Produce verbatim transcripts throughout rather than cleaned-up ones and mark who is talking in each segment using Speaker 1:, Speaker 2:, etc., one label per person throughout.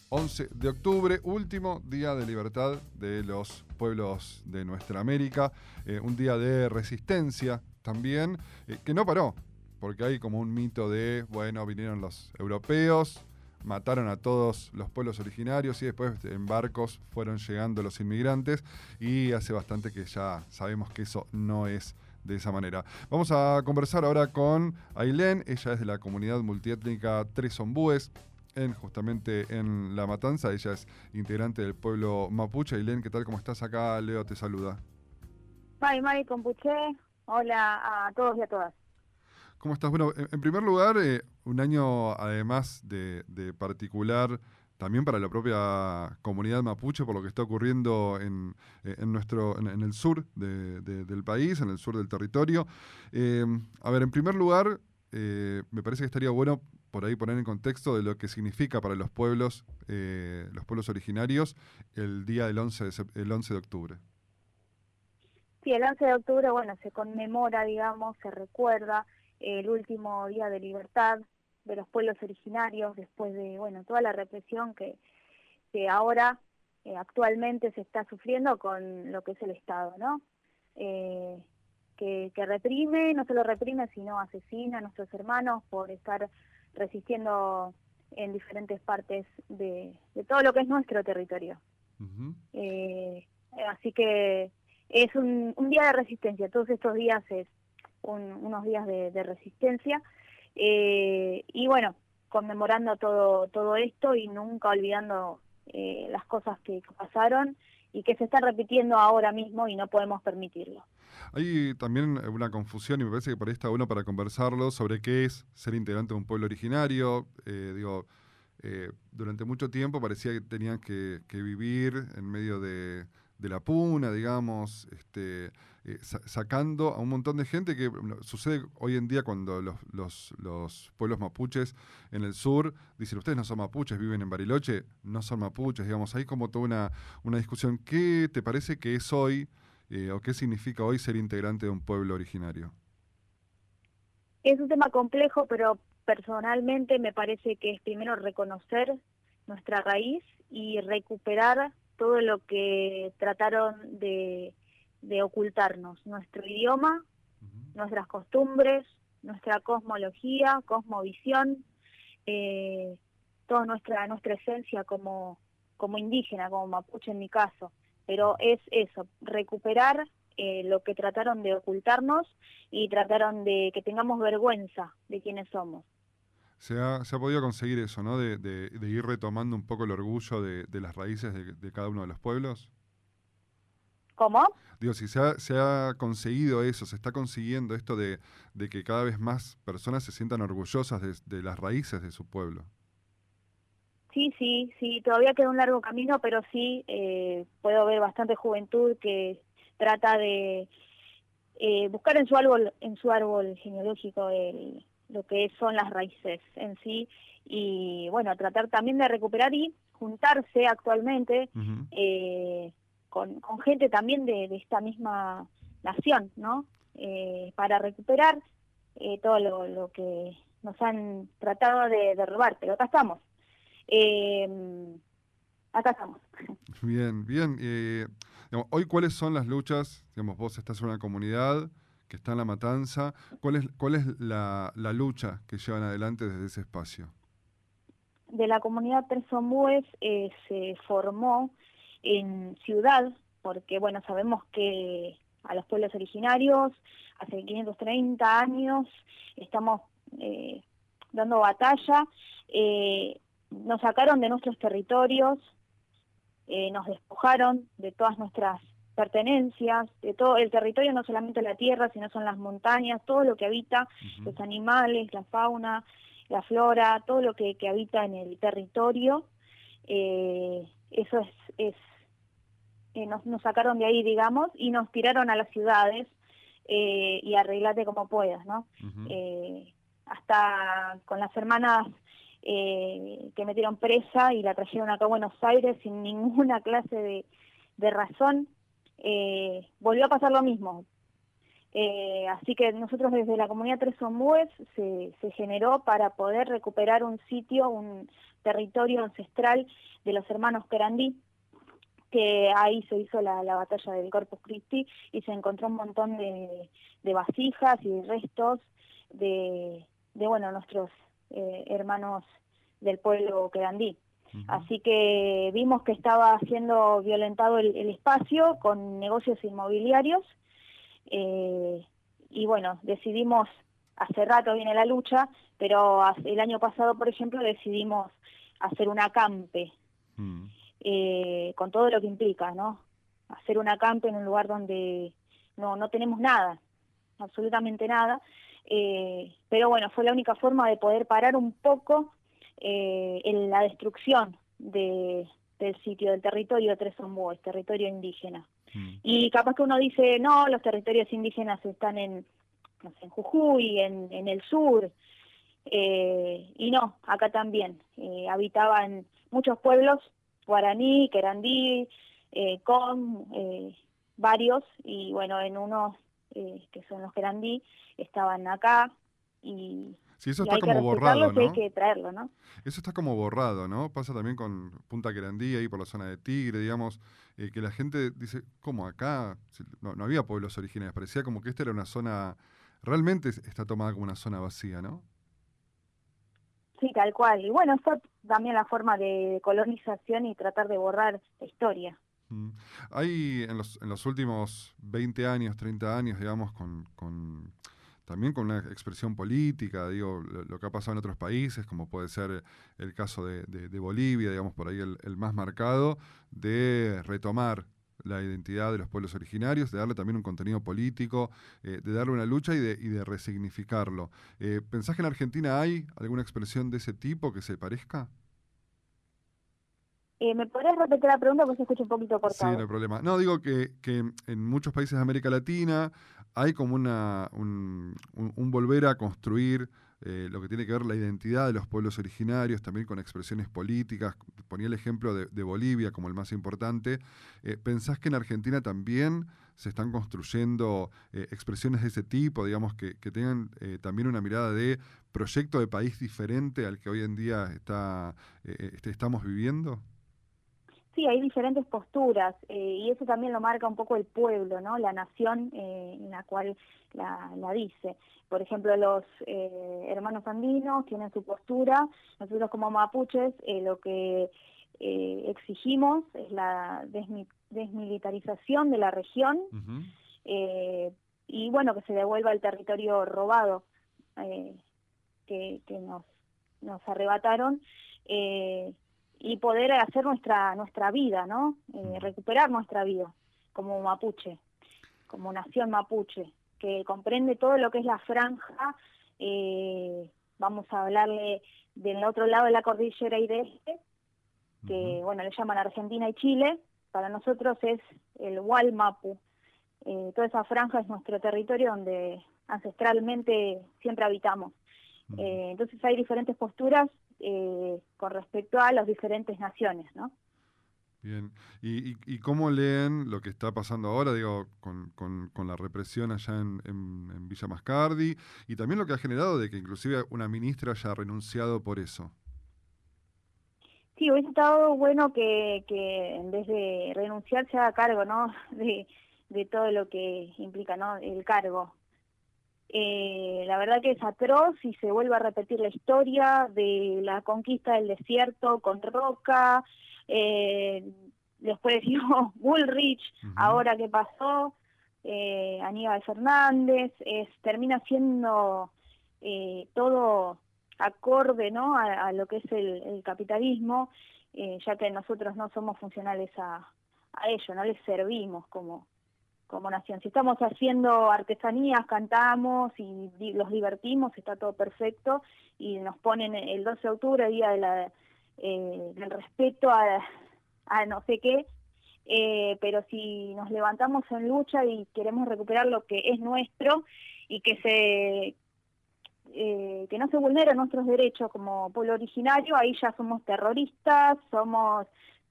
Speaker 1: once de octubre, último día de libertad de los pueblos de nuestra América, eh, un día de resistencia también, eh, que no paró, porque hay como un mito de, bueno, vinieron los europeos, mataron a todos los pueblos originarios y después en barcos fueron llegando los inmigrantes, y hace bastante que ya sabemos que eso no es de esa manera. Vamos a conversar ahora con Ailén. Ella es de la comunidad multiétnica Tres Ombúes, en, justamente en La Matanza. Ella es integrante del pueblo mapuche. Ailén, ¿qué tal? ¿Cómo estás? Acá Leo te saluda.
Speaker 2: Mari, Mari, Compuché, hola a todos y a todas.
Speaker 1: ¿Cómo estás? Bueno, en, en primer lugar, eh, un año además de, de particular también para la propia comunidad mapuche, por lo que está ocurriendo en, eh, en nuestro, en, en el sur de, de, del país, en el sur del territorio. Eh, a ver, en primer lugar, eh, me parece que estaría bueno por ahí poner en contexto de lo que significa para los pueblos, eh, los pueblos originarios, el día del once de, el once de octubre.
Speaker 2: Sí, el once de octubre, bueno, se conmemora, digamos, se recuerda el último día de libertad de los pueblos originarios después de, bueno, toda la represión que, que ahora eh, actualmente se está sufriendo con lo que es el Estado, ¿no? Eh, que, que reprime, no solo reprime, sino asesina a nuestros hermanos por estar resistiendo en diferentes partes de, de todo lo que es nuestro territorio.
Speaker 1: Uh-huh.
Speaker 2: Eh, así que es un, un día de resistencia, todos estos días es un, unos días de, de resistencia, eh, y bueno, conmemorando todo todo esto y nunca olvidando eh, las cosas que, que pasaron y que se están repitiendo ahora mismo y no podemos permitirlo.
Speaker 1: Hay también una confusión, y me parece que por ahí está bueno para conversarlo, sobre qué es ser integrante de un pueblo originario. Eh, digo, eh, durante mucho tiempo parecía que tenían que, que vivir en medio de, de la puna, digamos, este, eh, sa sacando a un montón de gente, que no, sucede hoy en día cuando los, los, los pueblos mapuches en el sur dicen, ustedes no son mapuches, viven en Bariloche, no son mapuches, digamos, hay como toda una, una discusión. ¿Qué te parece que es hoy, eh, o qué significa hoy ser integrante de un pueblo originario?
Speaker 2: Es un tema complejo, pero personalmente me parece que es primero reconocer nuestra raíz y recuperar todo lo que trataron de, de ocultarnos, nuestro idioma,
Speaker 1: Uh-huh.
Speaker 2: nuestras costumbres, nuestra cosmología, cosmovisión, eh, toda nuestra nuestra esencia como, como indígena, como mapuche en mi caso. Pero es eso, recuperar eh, lo que trataron de ocultarnos y trataron de que tengamos vergüenza de quiénes somos.
Speaker 1: Se ha, se ha podido conseguir eso, ¿no? De, de, de ir retomando un poco el orgullo de, de las raíces de, de cada uno de los pueblos.
Speaker 2: ¿Cómo?
Speaker 1: Digo, si se ha, se ha conseguido eso, se está consiguiendo esto de, de que cada vez más personas se sientan orgullosas de, de las raíces de su pueblo.
Speaker 2: Sí, sí, sí, todavía queda un largo camino, pero sí eh, puedo ver bastante juventud que trata de eh, buscar en su árbol, en su árbol genealógico el, lo que son las raíces en sí, y bueno, tratar también de recuperar y juntarse actualmente
Speaker 1: Uh-huh.
Speaker 2: eh, con, con gente también de, de esta misma nación, ¿no? Eh, para recuperar eh, todo lo, lo que nos han tratado de, de robar, pero acá estamos. Eh, acá estamos.
Speaker 1: Bien, bien. Eh, digamos, hoy, ¿cuáles son las luchas? Digamos, vos estás en una comunidad que está en La Matanza. ¿Cuál es, cuál es la, la lucha que llevan adelante desde ese espacio?
Speaker 2: De la comunidad Tres Ombúes eh, se formó en ciudad, porque bueno, sabemos que a los pueblos originarios hace quinientos treinta años estamos eh, dando batalla, eh, nos sacaron de nuestros territorios, eh, nos despojaron de todas nuestras pertenencias, de todo el territorio, no solamente la tierra, sino son las montañas, todo lo que habita,
Speaker 1: Uh-huh.
Speaker 2: los animales, la fauna, la flora, todo lo que, que habita en el territorio, eh, eso es, es eh, nos, nos sacaron de ahí, digamos, y nos tiraron a las ciudades, eh, y arreglate como puedas, ¿no?
Speaker 1: Uh-huh.
Speaker 2: Eh, hasta con las hermanas eh, que metieron presa y la trajeron acá a Buenos Aires sin ninguna clase de, de razón, eh, volvió a pasar lo mismo. Eh, así que nosotros desde la comunidad Tres Ombúes se, se generó para poder recuperar un sitio, un territorio ancestral de los hermanos Querandí, que ahí se hizo la, la batalla del Corpus Christi y se encontró un montón de, de vasijas y restos de, de bueno, nuestros eh, hermanos del pueblo Querandí. Uh-huh. Así que vimos que estaba siendo violentado el, el espacio con negocios inmobiliarios, eh, y bueno, decidimos, hace rato viene la lucha, pero el año pasado, por ejemplo, decidimos hacer un acampe, uh-huh. eh, con todo lo que implica, ¿no? Hacer un acampe en un lugar donde no, no tenemos nada, absolutamente nada, eh, pero bueno, fue la única forma de poder parar un poco eh, en la destrucción de, del sitio, del territorio de Tres Ombúes, territorio indígena. Mm. Y capaz que uno dice, no, los territorios indígenas están en, no sé, en Jujuy, en, en el sur, eh, y no, acá también. Eh, habitaban muchos pueblos, guaraní, querandí, eh, com, eh, varios, y bueno, en unos eh, que son los querandí, estaban acá, y...
Speaker 1: Sí, eso
Speaker 2: y
Speaker 1: está
Speaker 2: hay
Speaker 1: como
Speaker 2: que
Speaker 1: borrado, ¿no?
Speaker 2: Y hay que traerlo, ¿no?
Speaker 1: Eso está como borrado, ¿no? Pasa también con Punta Querandí, ahí por la zona de Tigre, digamos, eh, que la gente dice, ¿cómo acá? No, no había pueblos originarios, parecía como que esta era una zona, realmente está tomada como una zona vacía, ¿no?
Speaker 2: Sí, tal cual. Y bueno, esto también la forma de colonización y tratar de borrar la historia.
Speaker 1: Mm. Hay en los, en los últimos veinte años, treinta años, digamos, con... con también con una expresión política, digo, lo, lo que ha pasado en otros países, como puede ser el caso de, de, de Bolivia, digamos, por ahí el, el más marcado, de retomar la identidad de los pueblos originarios, de darle también un contenido político, eh, de darle una lucha y de, y de resignificarlo. Eh, ¿Pensás que en Argentina hay alguna expresión de ese tipo que se parezca?
Speaker 2: Eh, ¿Me podrías repetir la pregunta porque se escucha un poquito cortado?
Speaker 1: Sí, no hay problema. No, digo que, que en muchos países de América Latina hay como una, un, un, un volver a construir eh, lo que tiene que ver la identidad de los pueblos originarios, también con expresiones políticas. Ponía el ejemplo de, de Bolivia como el más importante. Eh, ¿Pensás que en Argentina también se están construyendo eh, expresiones de ese tipo, digamos, que, que tengan eh, también una mirada de proyecto de país diferente al que hoy en día está, eh, estamos viviendo?
Speaker 2: Sí, hay diferentes posturas, eh, y eso también lo marca un poco el pueblo, ¿no? La nación eh, en la cual la, la dice. Por ejemplo, los eh, hermanos andinos tienen su postura. Nosotros como mapuches eh, lo que eh, exigimos es la desmi desmilitarización de la región, uh-huh. eh, y bueno, que se devuelva el territorio robado eh, que, que nos, nos arrebataron, eh, y poder hacer nuestra nuestra vida, ¿no? Eh, recuperar nuestra vida como mapuche, como nación mapuche, que comprende todo lo que es la franja, eh, vamos a hablarle del otro lado de la cordillera y de este, que uh-huh. bueno, le llaman Argentina y Chile, para nosotros es el Gualmapu. Eh, toda esa franja es nuestro territorio donde ancestralmente siempre habitamos. Uh-huh. Eh, entonces hay diferentes posturas Eh, con respecto a las diferentes naciones, ¿no?
Speaker 1: Bien. ¿Y, y, y cómo leen lo que está pasando ahora, digo, con, con, con la represión allá en, en, en Villa Mascardi, y también lo que ha generado de que inclusive una ministra haya renunciado por eso?
Speaker 2: Sí, hubiese estado bueno que, que en vez de renunciar se haga cargo, ¿no? De, de todo lo que implica, ¿no? El cargo. Eh, la verdad que es atroz y se vuelve a repetir la historia de la conquista del desierto con Roca, eh, después digo Bullrich, uh-huh. Ahora qué pasó, eh, Aníbal Fernández, es, termina siendo eh, todo acorde, ¿no? a, a lo que es el, el capitalismo, eh, ya que nosotros no somos funcionales a, a ello, no les servimos como como nación. Si estamos haciendo artesanías, cantamos y di los divertimos, está todo perfecto, y nos ponen el doce de octubre, día de la, eh, del respeto a, a no sé qué, eh, pero si nos levantamos en lucha y queremos recuperar lo que es nuestro y que se eh, que no se vulneren nuestros derechos como pueblo originario, ahí ya somos terroristas, somos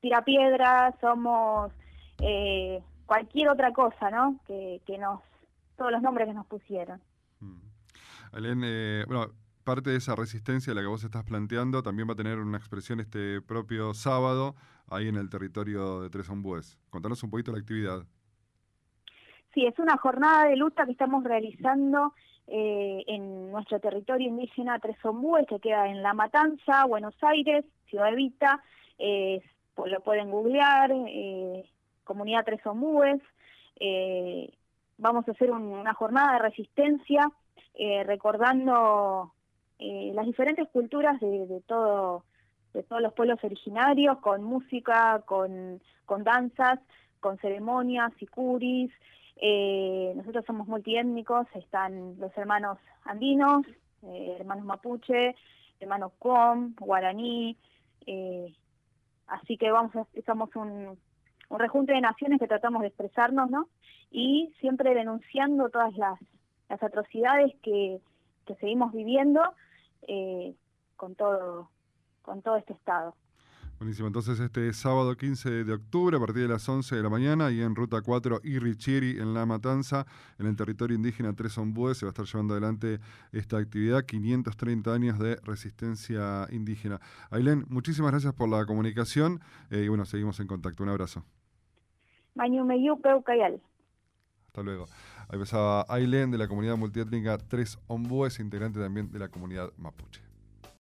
Speaker 2: tirapiedras, somos... Eh, cualquier otra cosa, ¿no? Que, que nos todos los nombres que nos pusieron.
Speaker 1: Mm. Ailén, eh, bueno, parte de esa resistencia, la que vos estás planteando, también va a tener una expresión este propio sábado ahí en el territorio de Tres Ombúes. Contanos un poquito la actividad.
Speaker 2: Sí, es una jornada de lucha que estamos realizando eh, en nuestro territorio indígena Tres Ombúes, que queda en La Matanza, Buenos Aires, Ciudad Evita. Eh, lo pueden googlear, eh, Comunidad Tres Ombúes. Eh, vamos a hacer un, una jornada de resistencia eh, recordando eh, las diferentes culturas de, de todo de todos los pueblos originarios, con música, con, con danzas, con ceremonias, sicuris. Eh, nosotros somos multiétnicos, están los hermanos andinos, eh, hermanos mapuche, hermanos com, guaraní, eh, así que vamos a, somos un, un rejunte de naciones que tratamos de expresarnos, ¿no? Y siempre denunciando todas las, las atrocidades que, que seguimos viviendo eh, con todo, con todo este estado.
Speaker 1: Buenísimo, entonces este sábado quince de octubre a partir de las once de la mañana y en Ruta cuatro Irrichiri en La Matanza, en el territorio indígena Tres Ombúes, se va a estar llevando adelante esta actividad, quinientos treinta años de resistencia indígena. Ailén, muchísimas gracias por la comunicación eh, y bueno, seguimos en contacto. Un abrazo.
Speaker 2: Mañumeyu Peucayal.
Speaker 1: Hasta luego. Ahí pasaba Ailén de la comunidad multiétnica Tres Ombúes, integrante también de la comunidad mapuche.